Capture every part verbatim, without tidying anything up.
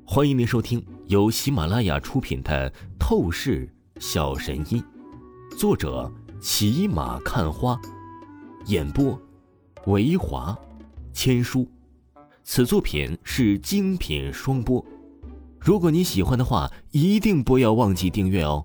欢迎您收听由喜马拉雅出品的《透视小神医》，作者骑马看花，演播维华千书。此作品是精品双播。如果你喜欢的话，一定不要忘记订阅哦。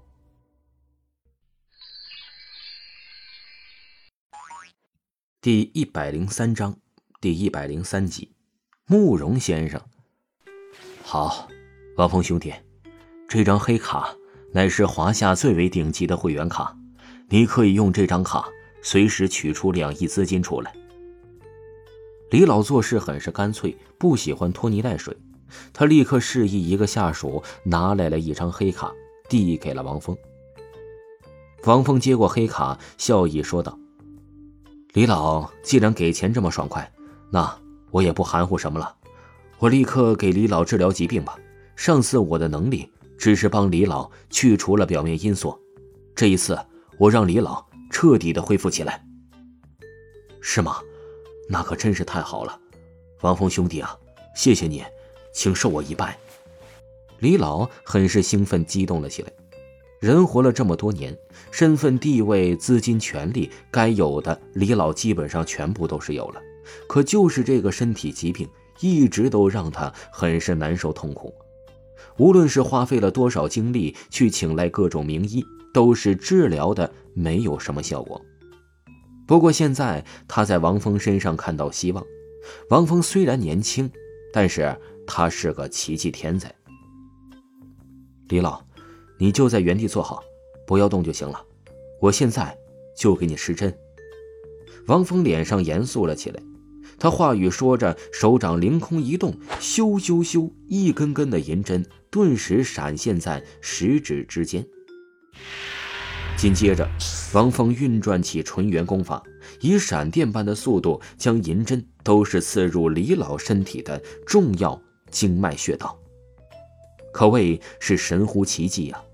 第一百零三章，第一百零三集，慕容先生。好，王峰兄弟，这张黑卡乃是华夏最为顶级的会员卡，你可以用这张卡随时取出两亿资金出来。李老做事很是干脆，不喜欢拖泥带水，他立刻示意一个下属拿来了一张黑卡，递给了王峰。王峰接过黑卡，笑意说道：李老既然给钱这么爽快，那我也不含糊什么了，我立刻给李老治疗疾病吧。上次我的能力只是帮李老去除了表面因素，这一次我让李老彻底的恢复起来。是吗？那可真是太好了，王峰兄弟啊，谢谢你，请受我一拜。李老很是兴奋激动了起来。人活了这么多年，身份地位资金权利该有的李老基本上全部都是有了，可就是这个身体疾病一直都让他很是难受痛苦。无论是花费了多少精力去请来各种名医，都是治疗的没有什么效果。不过现在他在王峰身上看到希望。王峰虽然年轻，但是他是个奇迹天才。李老，你就在原地坐好，不要动就行了，我现在就给你施针。王峰脸上严肃了起来，他话语说着，手掌凌空一动，咻咻咻，一根根的银针顿时闪现在食指之间。紧接着，王峰运转起纯元功法，以闪电般的速度将银针都是刺入李老身体的重要经脉穴道，可谓是神乎其技啊！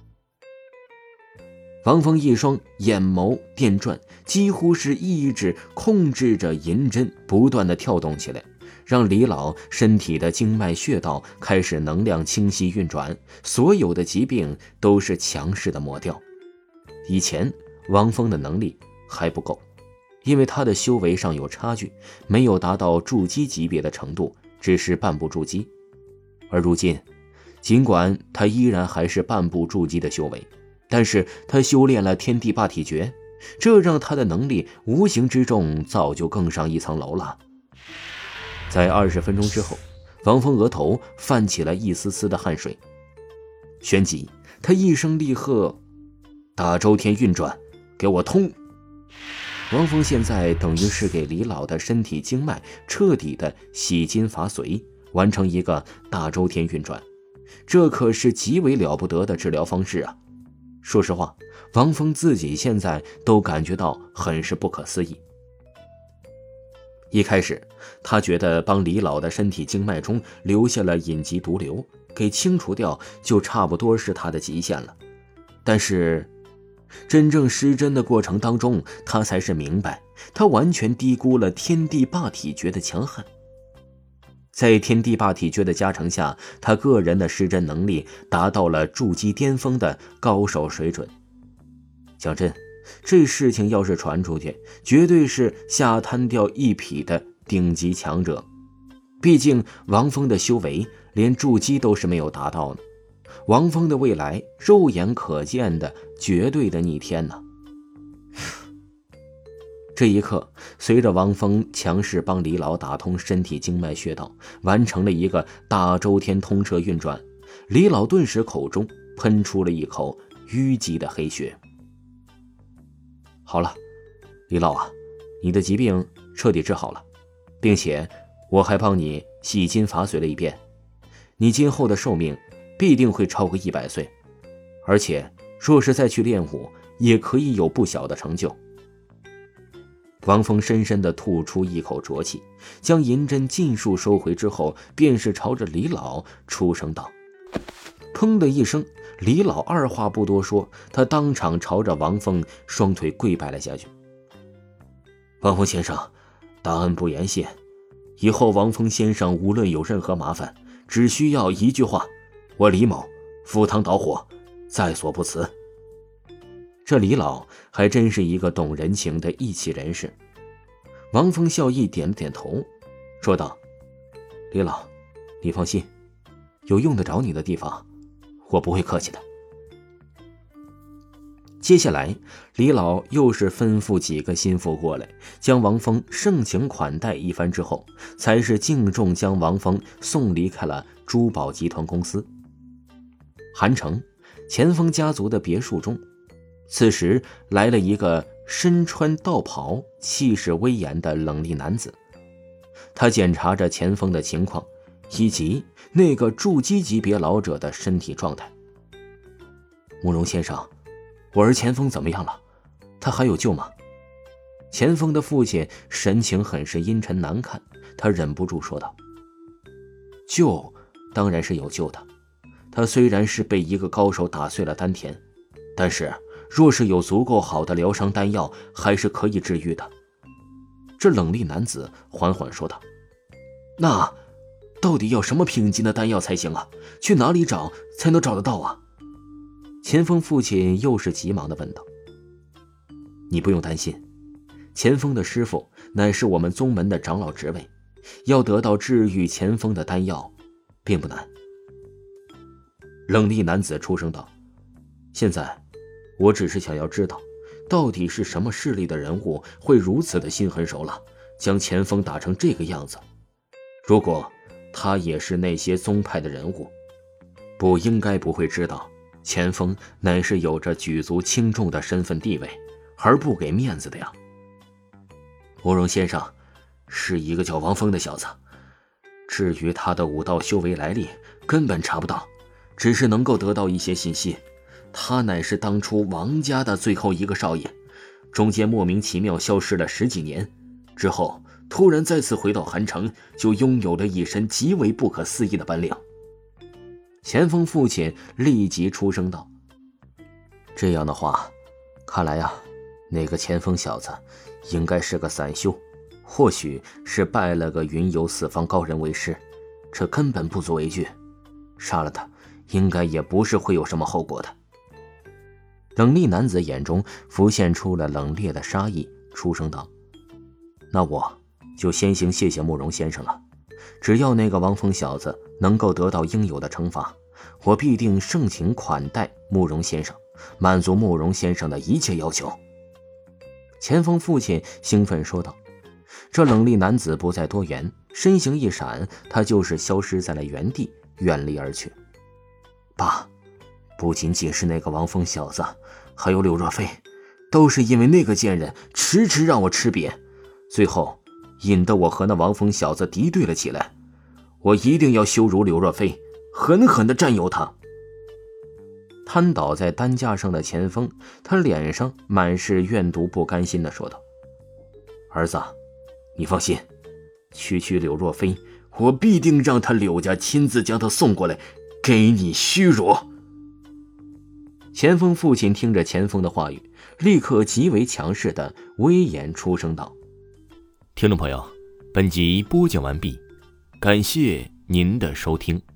王峰一双眼眸电转，几乎是意志控制着银针不断的跳动起来，让李老身体的经脉穴道开始能量清晰运转，所有的疾病都是强势的抹掉。以前王峰的能力还不够，因为他的修为上有差距，没有达到筑基级别的程度，只是半步筑基。而如今尽管他依然还是半步筑基的修为，但是他修炼了天地霸体诀，这让他的能力无形之中早就更上一层楼了。在二十分钟之后，王峰额头泛起了一丝丝的汗水，旋即他一声厉喝：大周天运转，给我通！王峰现在等于是给李老的身体经脉彻底的洗筋伐髓，完成一个大周天运转，这可是极为了不得的治疗方式啊！说实话，王峰自己现在都感觉到很是不可思议。一开始他觉得帮李老的身体经脉中留下了隐疾毒瘤，给清除掉就差不多是他的极限了。但是真正施针的过程当中，他才是明白，他完全低估了天地霸体诀的强悍。在天地霸体诀的加成下，他个人的施针能力达到了筑基巅峰的高手水准。讲真，这事情要是传出去，绝对是吓瘫掉一匹的顶级强者。毕竟王峰的修为连筑基都是没有达到呢，王峰的未来肉眼可见的绝对的逆天呢。这一刻，随着王峰强势帮李老打通身体经脉穴道，完成了一个大周天通彻运转，李老顿时口中喷出了一口淤积的黑血。好了，李老啊，你的疾病彻底治好了，并且我还帮你洗筋伐髓了一遍，你今后的寿命必定会超过一百岁，而且若是再去练武，也可以有不小的成就。王峰深深地吐出一口浊气，将银针尽数收回之后，便是朝着李老出声道：砰的一声，李老二话不多说，他当场朝着王峰双腿跪拜了下去。王峰先生，大恩不言谢，以后王峰先生无论有任何麻烦， 只需要一句话，我李某赴汤蹈火，在所不辞。这李老还真是一个懂人情的义气人士。王峰笑意点了点头，说道：李老，你放心，有用得着你的地方，我不会客气的。接下来李老又是吩咐几个心腹过来，将王峰盛情款待一番之后，才是敬重将王峰送离开了珠宝集团公司。韩城钱锋家族的别墅中，此时来了一个身穿道袍气势威严的冷厉男子。他检查着钱锋的情况以及那个筑基级别老者的身体状态。慕容先生，我儿钱锋怎么样了？他还有救吗？钱锋的父亲神情很是阴沉难看，他忍不住说道：救当然是有救的，他虽然是被一个高手打碎了丹田，但是若是有足够好的疗伤丹药，还是可以治愈的。这冷厉男子缓缓说道：那到底要什么品级的丹药才行啊？去哪里找才能找得到啊？钱锋父亲又是急忙地问道：你不用担心，钱锋的师傅乃是我们宗门的长老职位，要得到治愈钱锋的丹药并不难。冷厉男子出声道：现在我只是想要知道，到底是什么势力的人物会如此的心狠手辣，将钱锋打成这个样子。如果他也是那些宗派的人物，不应该不会知道钱锋乃是有着举足轻重的身份地位，而不给面子的呀。慕容先生是一个叫王峰的小子，至于他的武道修为来历根本查不到，只是能够得到一些信息。他乃是当初王家的最后一个少爷，中间莫名其妙消失了十几年，之后突然再次回到韩城，就拥有了一身极为不可思议的本领。钱锋父亲立即出声道：这样的话，看来啊，那个钱锋小子应该是个散修，或许是拜了个云游四方高人为师，这根本不足为惧，杀了他应该也不是会有什么后果的。冷厉男子眼中浮现出了冷冽的杀意，出声道：那我就先行谢谢慕容先生了，只要那个王峰小子能够得到应有的惩罚，我必定盛情款待慕容先生，满足慕容先生的一切要求。钱锋父亲兴奋说道。这冷厉男子不再多言，身形一闪，他就是消失在了原地，远离而去。爸，不仅仅是那个王峰小子，还有柳若飞，都是因为那个贱人迟迟让我吃瘪，最后引得我和那王峰小子敌对了起来。我一定要羞辱柳若飞，狠狠地占有他。瘫倒在担架上的钱锋，他脸上满是怨毒不甘心地说道：儿子，你放心，区区柳若飞，我必定让他柳家亲自将他送过来，给你虚辱。钱锋父亲听着钱锋的话语，立刻极为强势的威严出声道： 听众朋友，本集播讲完毕，感谢您的收听。